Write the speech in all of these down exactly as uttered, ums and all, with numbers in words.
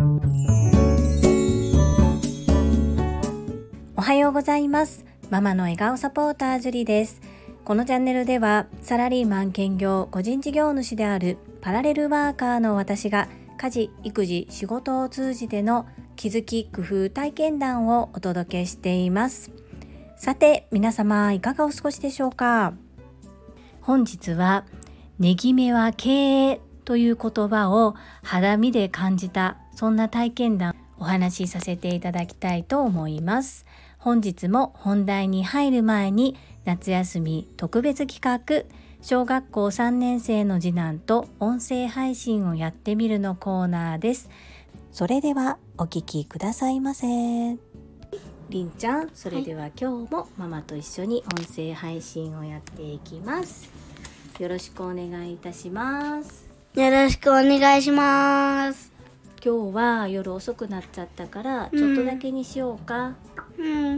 おはようございます。ママの笑顔サポータージュリです。このチャンネルではサラリーマン兼業個人事業主であるパラレルワーカーの私が家事、育児、仕事を通じての気づき、工夫、体験談をお届けしています。さて皆様いかがお過ごしでしょうか。本日はねぎめは経営という言葉を肌身で感じた、そんな体験談お話しさせていただきたいと思います。本日も本題に入る前に夏休み特別企画、小学校さんねん生の次男と音声配信をやってみるのコーナーです。それではお聞きくださいませ。りんちゃん、それでは今日もママと一緒に音声配信をやっていきます。よろしくお願いいたします。 よろしくお願いします。 今日は夜遅くなっちゃったからちょっとだけにしようか。 うん。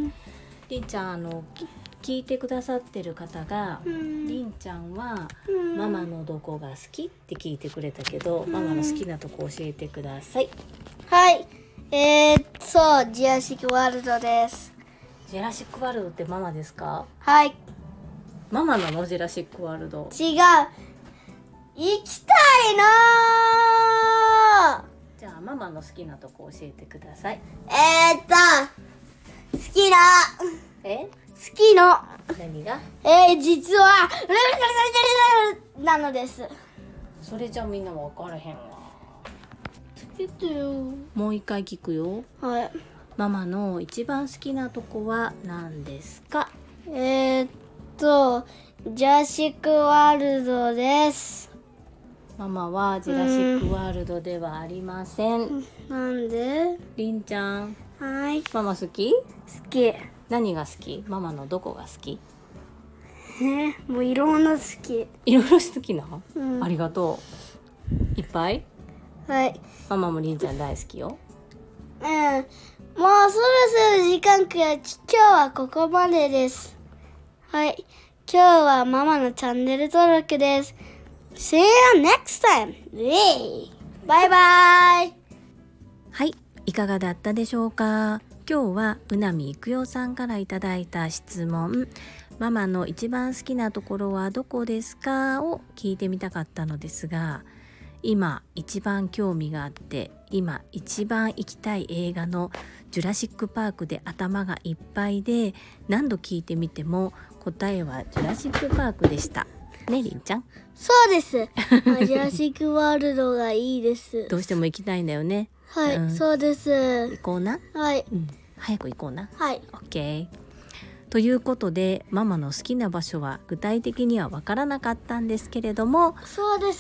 りんちゃん、あの聞いてくださってる方が、 うん、 りんちゃんは、 うん、 ママのどこが好きって聞いてくれたけど、うん、ママの好きなとこ教えてください。 はい、えー、そうジュラシックワールドです。 ジュラシックワールドってママですか？ はい。 ママなの？ジュラシックワールド。 違う、行きたいの。 じゃあママの好きなとこ教えてください。 えーっと好きなえ好きの何が？ えー、実はなのです。 それじゃみんなも分からへんわ。 つけてよ。 もう一回聞くよ。 はい。 ママの一番好きなとこは何ですか？ えー、っとジュラシックワールドです。 ママはジュラシックワールドではありません。 なんで？ りんちゃん、 はい。 ママ好き？ 好き。 何が好き？ママのどこが好き？ えー、もういろんな好き。 いろいろ好きな、 うん、 ありがとう。いっぱい？ はい。 ママもりんちゃん大好きよ。 うん。もうそろそろ時間くらい。今日はここまでです。はい。今日はママのチャンネル登録です。See you next time! バイバイ。 はい、いかがだったでしょうか。今日はうなみいくよさんからいただいた質問、ママの一番好きなところはどこですかを聞いてみたかったのですが、今一番興味があって今一番行きたい映画のジュラシックパークで頭がいっぱいで、何度聞いてみても答えはジュラシックパークでしたね。りんちゃん？ そうです。ジュラシックワールドがいいです。 どうしても行きたいんだよね。 はい、 うん、 そうです。 行こうな。 はい、 うん、早く行こうな。 はい。 オッケー。ということでママの好きな場所は具体的には分からなかったんですけれども、 そうです。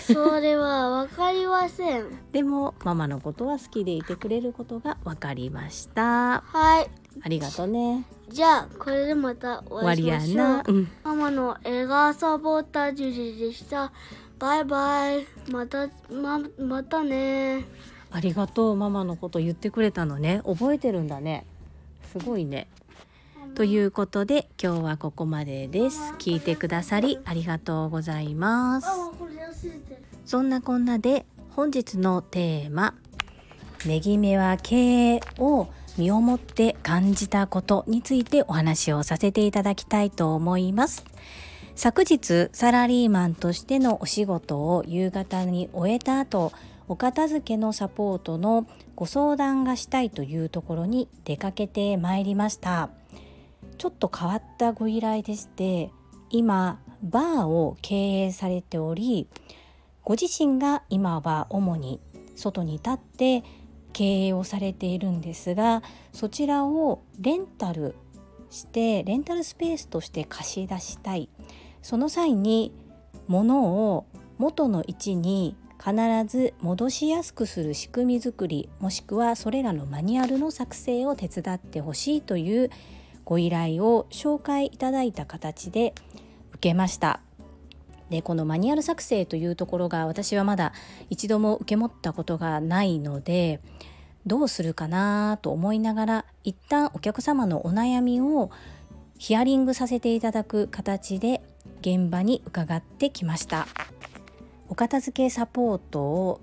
それは分かりません。 でもママのことは好きでいてくれることが分かりました。 はい。 ありがとうね。 じゃあこれでまたお会いしましょう。 終わりやな。うん、 ママの笑顔サポータージュリでした。バイバイ。またままたね。 ありがとう。ママのこと言ってくれたのね。覚えてるんだね。すごいね。ということで今日はここまでです。聞いてくださりありがとうございます。そんなこんなで本日のテーマ、ねぎめは経営を身をもって感じたことについてお話をさせていただきたいと思います。昨日サラリーマンとしてのお仕事を夕方に終えた後、お片付けのサポートのご相談がしたいというところに出かけてまいりました。ちょっと変わったご依頼でして、今バーを経営されており、ご自身が今は主に外に立って経営をされているんですが、そちらをレンタルしてレンタルスペースとして貸し出したい。その際に物を元の位置に必ず戻しやすくする仕組み作り、もしくはそれらのマニュアルの作成を手伝ってほしいというご依頼を紹介いただいた形で受けました。で、このマニュアル作成というところが私はまだ一度も受け持ったことがないので、どうするかなと思いながら、一旦お客様のお悩みをヒアリングさせていただく形で現場に伺ってきました。お片付けサポートを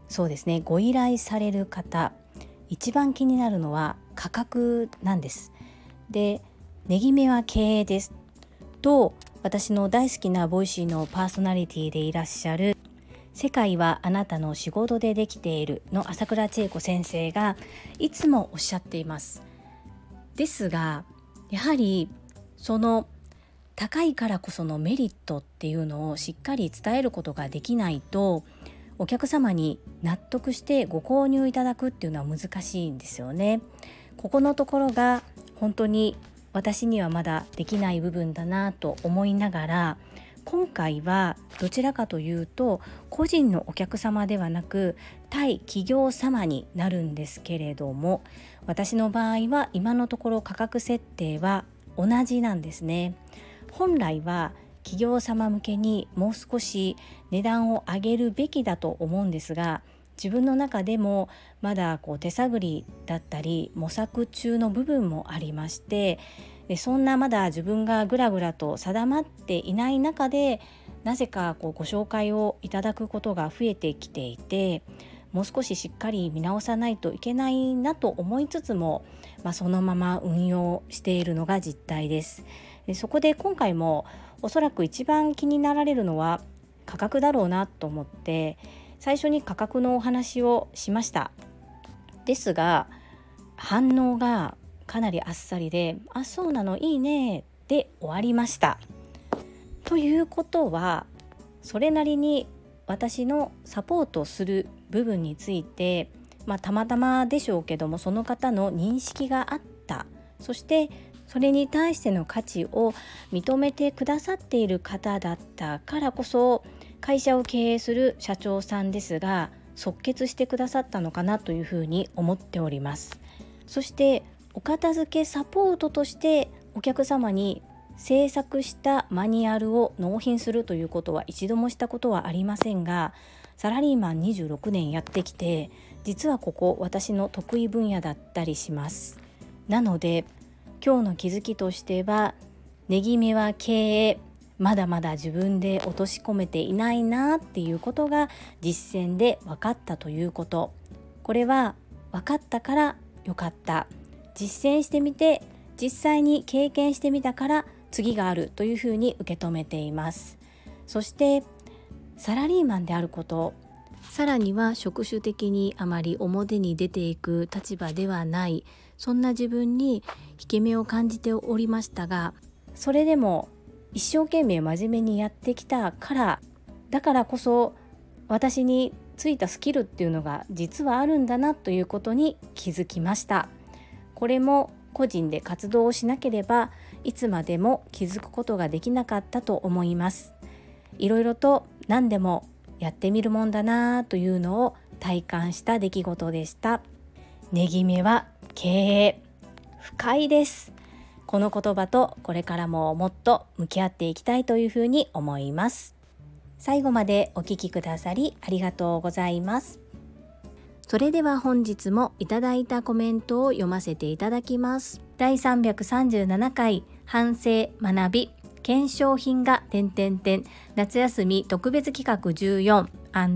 そうですね、ご依頼される方、一番気になるのは価格なんです。で、ねぎめは経営ですと、私の大好きなボイシーのパーソナリティでいらっしゃる世界はあなたの仕事でできているの朝倉千恵子先生がいつもおっしゃっています。ですが、やはりその高いからこそのメリットっていうのをしっかり伝えることができないと、お客様に納得してご購入いただくっていうのは難しいんですよね。ここのところが本当に私にはまだできない部分だなと思いながら、今回はどちらかというと個人のお客様ではなく対企業様になるんですけれども、私の場合は今のところ価格設定は同じなんですね。本来は企業様向けにもう少し値段を上げるべきだと思うんですが、自分の中でもまだこう手探りだったり模索中の部分もありまして、でそんなまだ自分がぐらぐらと定まっていない中で、なぜかこうご紹介をいただくことが増えてきていて、もう少ししっかり見直さないといけないなと思いつつも、まあ、そのまま運用しているのが実態です。でそこで今回もおそらく一番気になられるのは価格だろうなと思って最初に価格のお話をしました。ですが反応がかなりあっさりで、あ、そうなの、いいねで終わりました。ということは、それなりに私のサポートする部分について、まあ、たまたまでしょうけどもその方の認識があった、そしてそれに対しての価値を認めてくださっている方だったからこそ、会社を経営する社長さんですが即決してくださったのかなというふうに思っております。そしてお片付けサポートとしてお客様に制作したマニュアルを納品するということは一度もしたことはありませんが、サラリーマンにじゅうろくねんやってきて、実はここ私の得意分野だったりします。なので今日の気づきとしては、ねぎめは経営、まだまだ自分で落とし込めていないなっていうことが実践で分かったということ。これは分かったからよかった、実践してみて実際に経験してみたから次があるというふうに受け止めています。そしてサラリーマンであること、さらには職種的にあまり表に出ていく立場ではない、そんな自分に引け目を感じておりましたが、それでも一生懸命真面目にやってきたからだからこそ私についたスキルっていうのが実はあるんだなということに気づきました。これも個人で活動をしなければいつまでも気づくことができなかったと思います。いろいろと何でもやってみるもんだなというのを体感した出来事でした。ねぎめは経営、深いです。この言葉とこれからももっと向き合っていきたいというふうに思います。最後までお聞きくださりありがとうございます。それでは本日もいただいたコメントを読ませていただきます。だいさんびゃくさんじゅうななかい反省学び検証品が点々点夏休み特別企画じゅうよん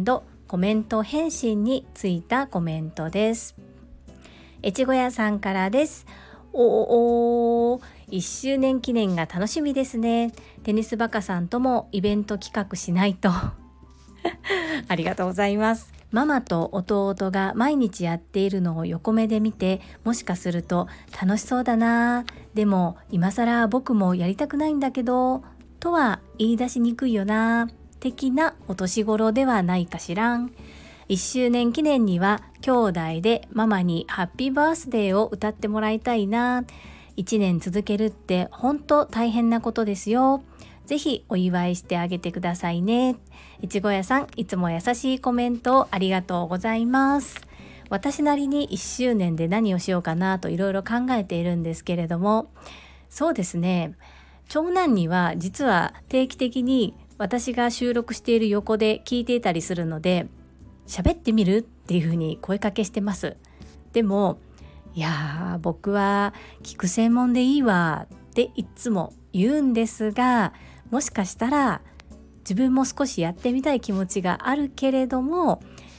&コメント返信についたコメントです。越後屋さんからです。おお、いっしゅうねん記念が楽しみですね。テニスバカさんともイベント企画しないとありがとうございます。ママと弟が毎日やっているのを横目で見て、もしかすると楽しそうだな、でも今更僕もやりたくないんだけどとは言い出しにくいよな的なお年頃ではないかしらん。いっしゅうねん記念には兄弟でママにハッピーバースデーを歌ってもらいたいな。いちねん続けるって本当大変なことですよ。ぜひお祝いしてあげてくださいね。いちご屋さん、いつも優しいコメントをありがとうございます。私なりにいっしゅうねんで何をしようかなといろいろ考えているんですけれども、そうですね、長男には実は定期的に私が収録している横で聞いていたりするので、喋ってみるっていうふうに声かけしてます。でもいやー僕は聞く専門でいいわっていつも言うんですが、もしかしたら自分も少しやってみたい気持ちがあるけれども、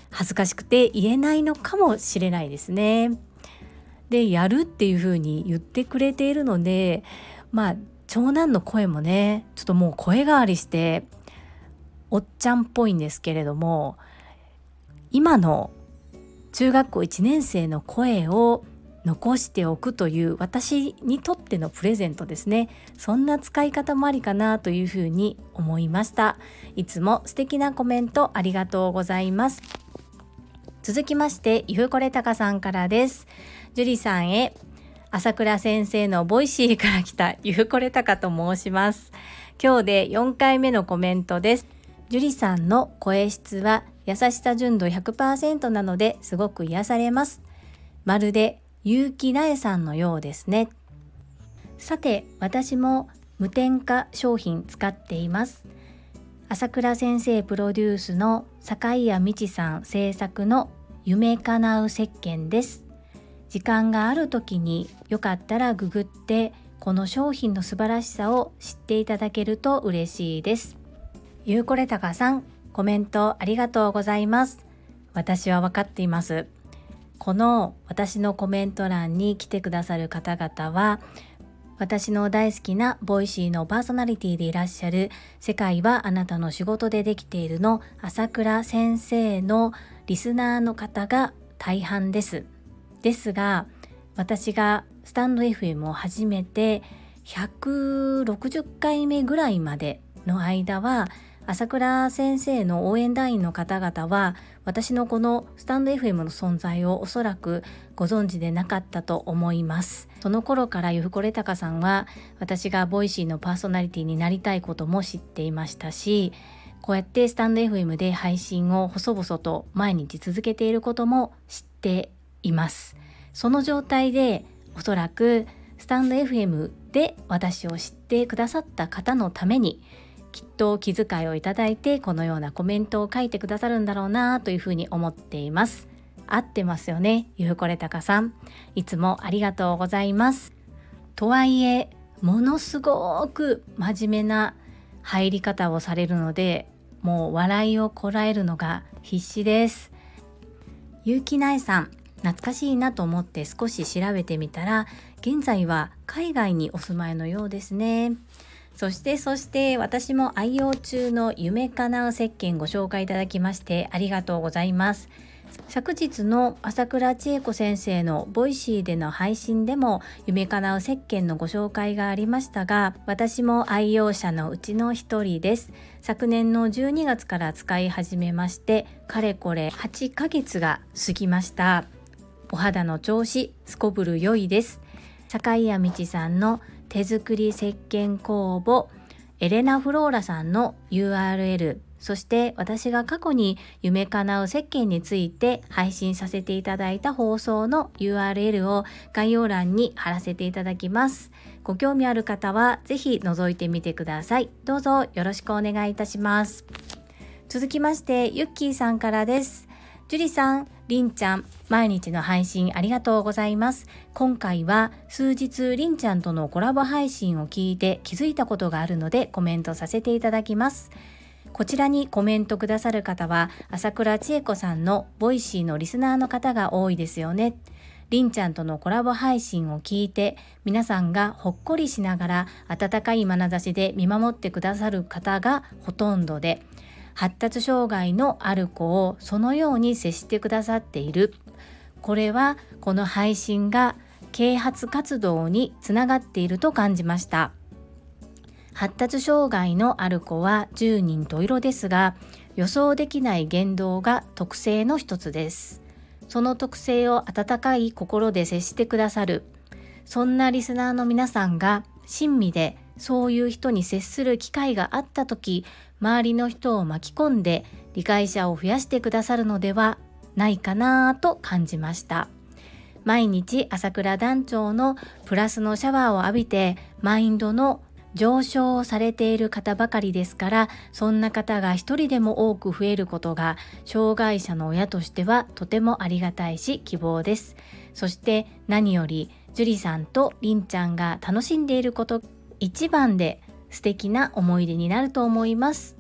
恥ずかしくて言えないのかもしれないですね。で、やるっていう風に言ってくれているので、まあ長男の声もね、ちょっともう声変わりしておっちゃんっぽいんですけれども、今の中学校いちねん生の声を残しておくという私にとってのプレゼントですね。そんな使い方もありかなというふうに思いました。いつも素敵なコメントありがとうございます。続きましてゆふこれたかさんからです。ジュリさんへ、朝倉先生のボイシーから来たゆふこれたかと申します。今日でよんかいめのコメントです。ジュリさんの声質は優しさ純度 ひゃくパーセント なのですごく癒されます。まるで結城苗さんのようですね。さて、私も無添加商品使っています。朝倉先生プロデュースの坂井谷美智さん制作の夢叶う石鹸です。時間がある時によかったらググってこの商品の素晴らしさを知っていただけると嬉しいです。ゆうこれたかさん、コメントありがとうございます。私は分かっています。この私のコメント欄に来てくださる方々は、私の大好きなボイシーのパーソナリティでいらっしゃる世界はあなたの仕事でできているの朝倉先生のリスナーの方が大半です。ですが、私がスタンド エフエム を始めてひゃくろくじゅっかいめぐらいまでの間は、朝倉先生の応援団員の方々は私のこのスタンド エフエム の存在をおそらくご存知でなかったと思います。その頃からゆふこれたかさんは私がボイシーのパーソナリティになりたいことも知っていましたし、こうやってスタンド エフエム で配信を細々と毎日続けていることも知っています。その状態でおそらくスタンド エフエム で私を知ってくださった方のためにきっと気遣いをいただいてこのようなコメントを書いてくださるんだろうなというふうに思っています。合ってますよね、ゆふこれたかさん。いつもありがとうございます。とはいえ、ものすごく真面目な入り方をされるので、もう笑いをこらえるのが必死です。結城苗さん、懐かしいなと思って少し調べてみたら、現在は海外にお住まいのようですね。そしてそして私も愛用中の夢叶う石鹸ご紹介いただきましてありがとうございます。昨日の朝倉千恵子先生のボイシーでの配信でも夢叶う石鹸のご紹介がありましたが、私も愛用者のうちの一人です。昨年のじゅうにがつから使い始めまして、かれこれはちかげつが過ぎました。お肌の調子すこぶる良いです。坂井谷美智さんの手作り石鹸酵母エレナフローラさんの ユーアールエル、 そして私が過去に夢叶う石鹸について配信させていただいた放送の ユーアールエル を概要欄に貼らせていただきます。ご興味ある方はぜひ覗いてみてください。どうぞよろしくお願いいたします。続きましてゆっきーさんからです。ジュリさん、りんちゃん、毎日の配信ありがとうございます。今回は数日りんちゃんとのコラボ配信を聞いて気づいたことがあるのでコメントさせていただきます。こちらにコメントくださる方は朝倉千恵子さんのボイシーのリスナーの方が多いですよね。りんちゃんとのコラボ配信を聞いて皆さんがほっこりしながら温かい眼差しで見守ってくださる方がほとんどで、発達障害のある子をそのように接してくださっている。これはこの配信が啓発活動につながっていると感じました。発達障害のある子は十人十色ですが、予想できない言動が特性の一つです。その特性を温かい心で接してくださる、そんなリスナーの皆さんが親身でそういう人に接する機会があったとき、周りの人を巻き込んで理解者を増やしてくださるのではないかなと感じました。毎日朝倉団長のプラスのシャワーを浴びてマインドの上昇をされている方ばかりですから、そんな方が一人でも多く増えることが障害者の親としてはとてもありがたいし希望です。そして何よりジュリさんとりんちゃんが楽しんでいること一番で素敵な思い出になると思います。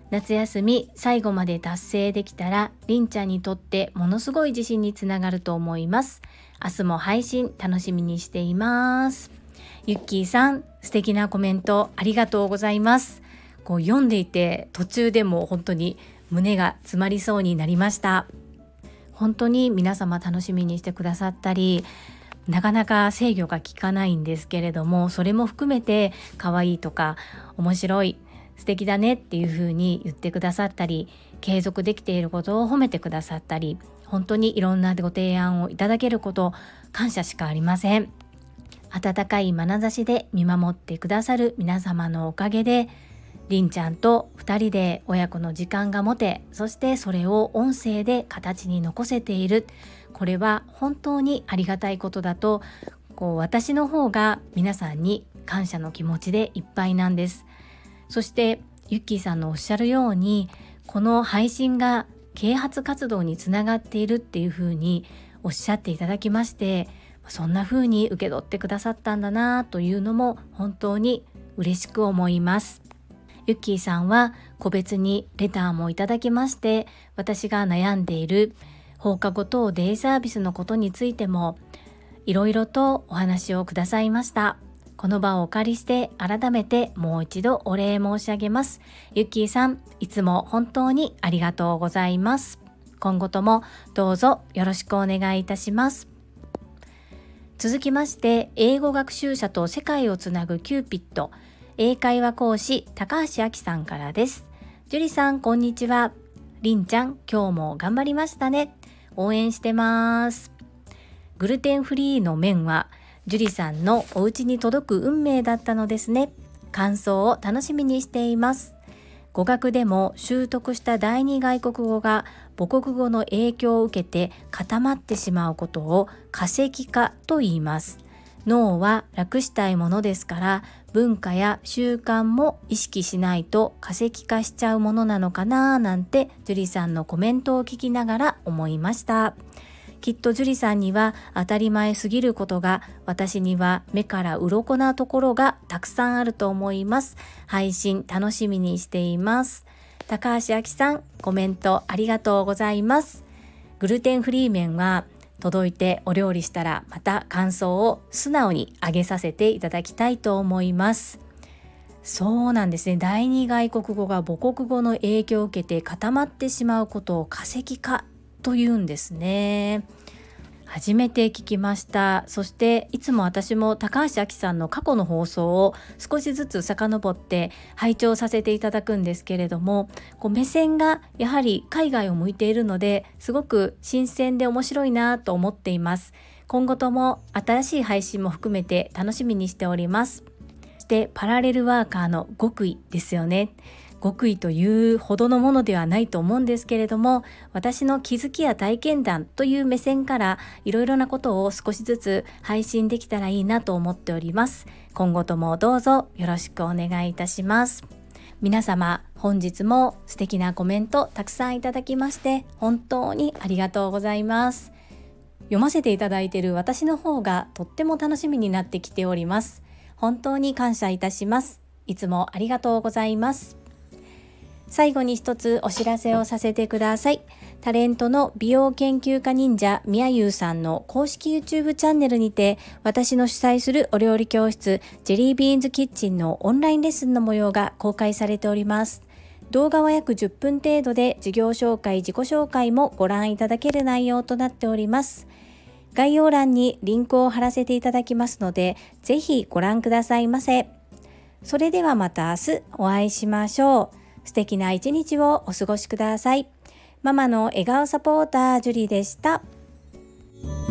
夏休み最後まで達成できたらりんちゃんにとってものすごい自信につながると思います。明日も配信楽しみにしています。ゆっきーさん、素敵なコメントありがとうございます。こう読んでいて途中でも本当に胸が詰まりそうになりました。本当に皆様楽しみにしてくださったり、なかなか制御が効かないんですけれども、それも含めて可愛いとか面白い、素敵だねっていう風に言ってくださったり、継続できていることを褒めてくださったり、本当にいろんなご提案をいただけること、感謝しかありません。温かい眼差しで見守ってくださる皆様のおかげで、りんちゃんとふたりで親子の時間が持て、そしてそれを音声で形に残せている。これは本当にありがたいことだと、こう私の方が皆さんに感謝の気持ちでいっぱいなんです。そしてゆっきーさんのおっしゃるように、この配信が啓発活動につながっているっていうふうにおっしゃっていただきまして、そんなふうに受け取ってくださったんだなというのも本当に嬉しく思います。ゆっきーさんは個別にレターもいただきまして、私が悩んでいる放課後等デイサービスのことについてもいろいろとお話をくださいました。この場をお借りして改めてもう一度お礼申し上げます。ゆっきーさん、いつも本当にありがとうございます。今後ともどうぞよろしくお願いいたします。続きまして、英語学習者と世界をつなぐキューピッド英会話講師高橋明さんからです。ジュリさん、こんにちは。りんちゃん、今日も頑張りましたね。応援してます。グルテンフリーの麺はジュリさんのお家に届く運命だったのですね。感想を楽しみにしています。語学でも習得した第二外国語が母国語の影響を受けて固まってしまうことを化石化と言います。脳は楽したいものですから、文化や習慣も意識しないと化石化しちゃうものなのかななんて、ジュリさんのコメントを聞きながら思いました。きっとジュリさんには当たり前すぎることが、私には目から鱗なところがたくさんあると思います。配信楽しみにしています。高橋明さん、コメントありがとうございます。グルテンフリー麺は届いてお料理したら、また感想を素直に上げさせていただきたいと思います。そうなんですね。第二外国語が母国語の影響を受けて固まってしまうことを化石化というんですね。初めて聞きました。そしていつも私も高橋明さんの過去の放送を少しずつ遡って拝聴させていただくんですけれども、こう目線がやはり海外を向いているので、すごく新鮮で面白いなと思っています。今後とも新しい配信も含めて楽しみにしております。そしてパラレルワーカーの極意ですよね。極意というほどのものではないと思うんですけれども、私の気づきや体験談という目線からいろいろなことを少しずつ配信できたらいいなと思っております。今後ともどうぞよろしくお願いいたします。皆様、本日も素敵なコメントたくさんいただきまして本当にありがとうございます。読ませていただいている私の方がとっても楽しみになってきております。本当に感謝いたします。いつもありがとうございます。最後に一つお知らせをさせてください。タレントの美容研究家忍者みやゆうさんの公式 YouTube チャンネルにて、私の主催するお料理教室ジェリービーンズキッチンのオンラインレッスンの模様が公開されております。動画は約じゅっぷん程度で、授業紹介、自己紹介もご覧いただける内容となっております。概要欄にリンクを貼らせていただきますので、ぜひご覧くださいませ。それではまた明日お会いしましょう。素敵な一日をお過ごしください。ママの笑顔サポータージュリでした。